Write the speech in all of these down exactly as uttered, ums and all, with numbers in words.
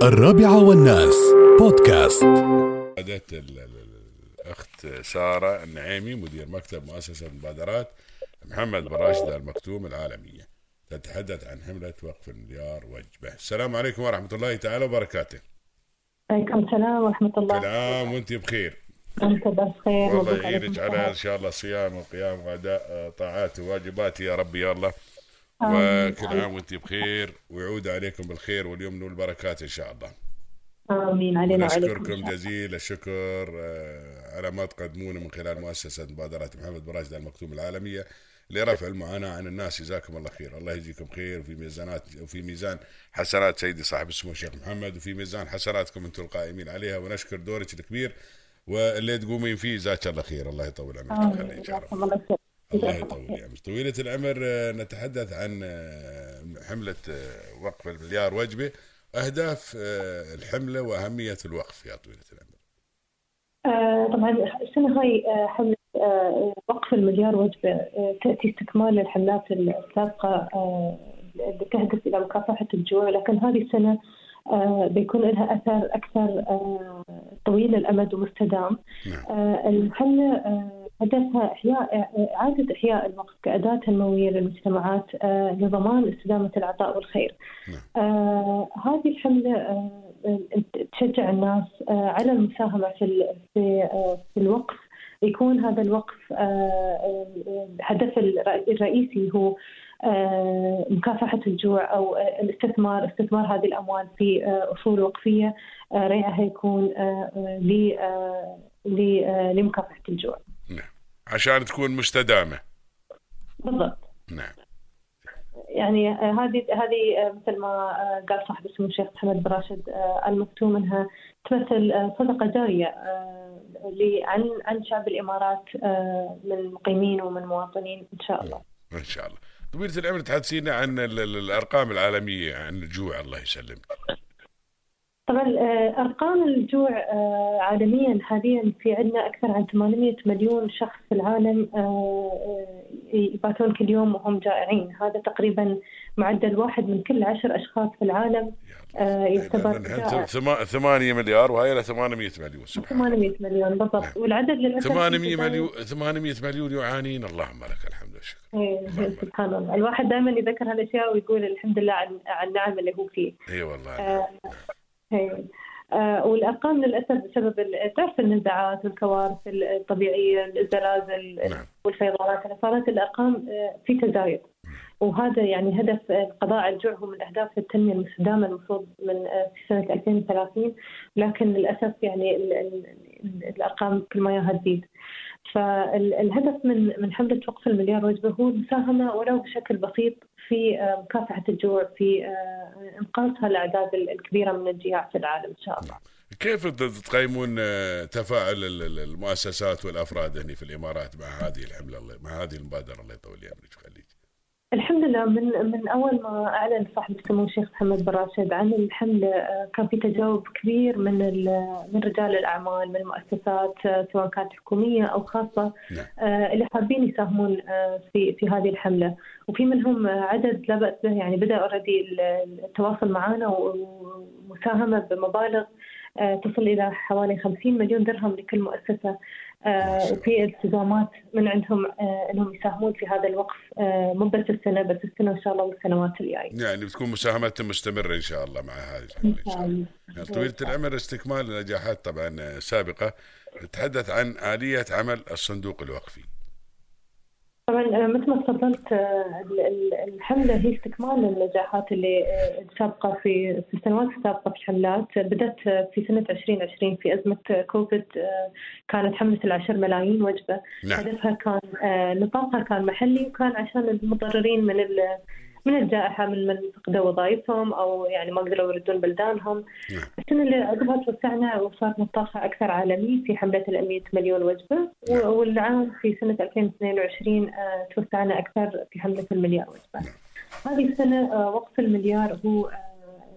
الرابعة والناس بودكاست. عادت الأخت سارة النعيمي مدير مكتب مؤسسة مبادرات محمد بن راشد المكتوم العالمية تتحدث عن حملة وقف المليار وجبة. السلام عليكم ورحمة الله تعالى وبركاته. عليكم السلام ورحمة الله. كل عام وانت بخير. أنت بخير. والله يعينك على إن شاء الله صيام وقيام وأداء طاعات وواجبات يا رب يا الله. وكل عام وانت بخير ويعود عليكم بالخير واليمن والبركات إن شاء الله. آمين علينا وعليكم. نشكركم جزيل الشكر على ما تقدمونه من خلال مؤسسة مبادرات محمد بن راشد المكتوم العالمية لرفع المعاناة عن الناس. جزاكم الله خير. الله يجزيكم خير وفي ميزانات وفي ميزان حسنات سيدي صاحب السمو الشيخ محمد وفي ميزان حسناتكم انتم القائمين عليها، ونشكر دورك الكبير واللي تقومين فيه. جزاك الله خير. الله يطول عمرك ويخليك يا رب. الله يطول عمرك. طويلة العمر نتحدث عن حملة وقف المليار وجبة، أهداف الحملة وأهمية الوقف يا طويلة العمر. آه طبعا السنة هاي حملة آه وقف المليار وجبة آه تأتي استكمال للحملات السابقة آه اللي تهدف إلى مكافحة الجوع، لكن هذه السنة آه بيكون لها أثر أكثر آه طويل الأمد ومستدام. آه الحملة آه هدفها إحياء إعادة إحياء الوقف كأداة تنموية للمجتمعات آه لضمان استدامة العطاء والخير. آه هذه الحملة آه تشجع الناس آه على المساهمة في في, آه في الوقف. يكون هذا الوقف آه هدف الرئيسي هو آه مكافحة الجوع أو الاستثمار استثمار هذه الأموال في آه أصول وقفية آه ريعها يكون آه لمكافحة الجوع. نعم، عشان تكون مستدامة. بالضبط. نعم. يعني هذه هذه مثل ما قال صاحب السمو الشيخ محمد بن راشد المكتوم انها تمثل صدقة جارية عن عن شعب الإمارات من مقيمين ومن مواطنين إن شاء الله. إن شاء الله. طويلة العمر تحدثينا عن الأرقام العالمية عن الجوع. الله يسلمك. طبعا أرقام الجوع عالميا حاليا في عندنا أكثر عن ثمانمئة مليون شخص في العالم يباتون كل يوم وهم جائعين. هذا تقريبا معدل واحد من كل عشر أشخاص في العالم يعتبر جائع. ثمانية مليار وهي له ثمانمئة مليون. ثمانمئة مليون بالضبط. نعم. والعدد للأسف ثمانمئة مليون ثمانمئة مليون يعانين. اللهم لك الحمد والشكر. إيه سبحان الله. الواحد دائما يذكر هالأشياء ويقول الحمد لله عن النعم اللي هو فيه. اي والله. آه آه والأرقام للأسف بسبب تعرف النزاعات والكوارث الطبيعية الزلازل. نعم. والفيضانات اللي صارت الأرقام آه في تزايد. وهذا يعني هدف القضاء على الجوع هو من أهداف التنمية المستدامة المفروض من آه في سنة ألفين وثلاثين، لكن للأسف يعني ال ال ال الأرقام كل ما ياها تزيد. فالهدف من من حملة وقف المليار وجبة هو المساهمة ولو بشكل بسيط في مكافحة الجوع، في إنقاذ هالأعداد الكبيرة من الجياع في العالم إن شاء الله. كيف تقيمون تفاعل المؤسسات والأفراد هنا في الإمارات مع هذه الحملة مع هذه المبادرة؟ الله يطول عمرك ويخليك. الحمد لله من من أول ما أعلن صاحب السمو الشيخ محمد بن راشد عن الحملة كان في تجاوب كبير من من رجال الأعمال من المؤسسات سواء كانت حكومية أو خاصة. نعم. اللي حابين يساهمون في في هذه الحملة، وفي منهم عدد لا بأس به يعني بدأ أوريدي التواصل معنا ومساهمة بمبالغ تصل إلى حوالي خمسين مليون درهم لكل مؤسسة. آه وفي التزامات من عندهم آه انهم يساهمون في هذا الوقف آه مو بس السنه بس السنه ان شاء الله والسنوات الجايه. يعني بتكون مساهمات مستمره ان شاء الله مع هذه الحمله ان شاء الله. يعني طويله العمر استكمال النجاحات طبعا سابقه. نتحدث عن آلية عمل الصندوق الوقفي. طبعا مثل ما تفضلت الحملة هي استكمال للنجاحات اللي السابقة في في السنوات السابقة في الحملات. بدأت في سنة عشرين عشرين في أزمة كوفيد، كانت حملة العشر ملايين وجبة. نعم. هدفها كان نطاقها كان محلي وكان عشان المتضررين من من الجائحة من من فقدوا وظائفهم أو يعني ما قدروا يردون بلدانهم. نعم. السنة اللي عقبها توسعنا وصارت نطاقها أكثر عالمي في حملة الأمية مليون وجبة. نعم. والعام في سنة ألفين واثنين وعشرين آه توسعنا أكثر في حملة المليار وجبة. نعم. هذه السنة آه وقف المليار هو آه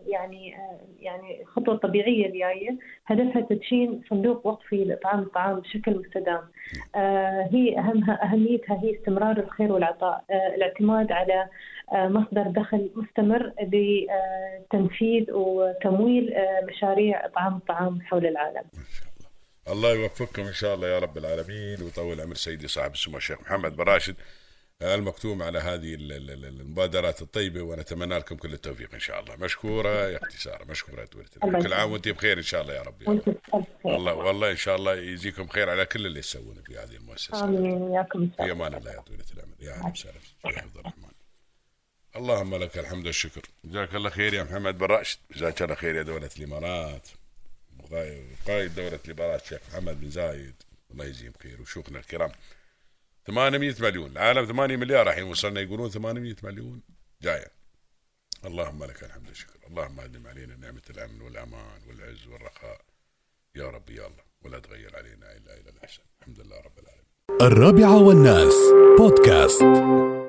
يعني يعني خطوة طبيعية الجاية هدفها تدشين صندوق وقفي لإطعام الطعام بشكل مستدام. هي أهمها أهميتها هي استمرار الخير والعطاء، الاعتماد على مصدر دخل مستمر لتنفيذ وتمويل مشاريع إطعام الطعام حول العالم. الله يوفقكم إن شاء الله يا رب العالمين، ويطول عمر سيدي صاحب السمو الشيخ محمد بن راشد المكتوم على هذه المبادرات الطيبة، ونتمنى لكم كل التوفيق إن شاء الله. مشكورة يا أختي سارة، مشكورة دولة. كل عام وأنتم بخير إن شاء الله يا رب يا رب. الله والله إن شاء الله يجزيكم خير على كل اللي تسوونه في هذه المؤسسة. آمين. ياكم في أمان الله يا دولة الأمل. يا أهلا وسهلا يا عبد الرحمن. اللهم لك الحمد والشكر. جزاك الله خير يا محمد بن راشد، جزاك الله خير يا دولة الإمارات، قائد دولة الإمارات الشيخ محمد بن زايد، الله يجزيهم خير، وشيوخنا الكرام. ثمانمية مليون، العالم ثمانية مليار الحين وصلنا، يقولون ثمانمية مليون جاية. اللهم لك الحمد والشكر. اللهم أدم علينا نعمة الأمن والأمان والعز والرخاء يا رب يا الله، ولا تغير علينا إلا إلى الأحسن. الحمد لله رب العالمين. الرابعة والناس بودكاست.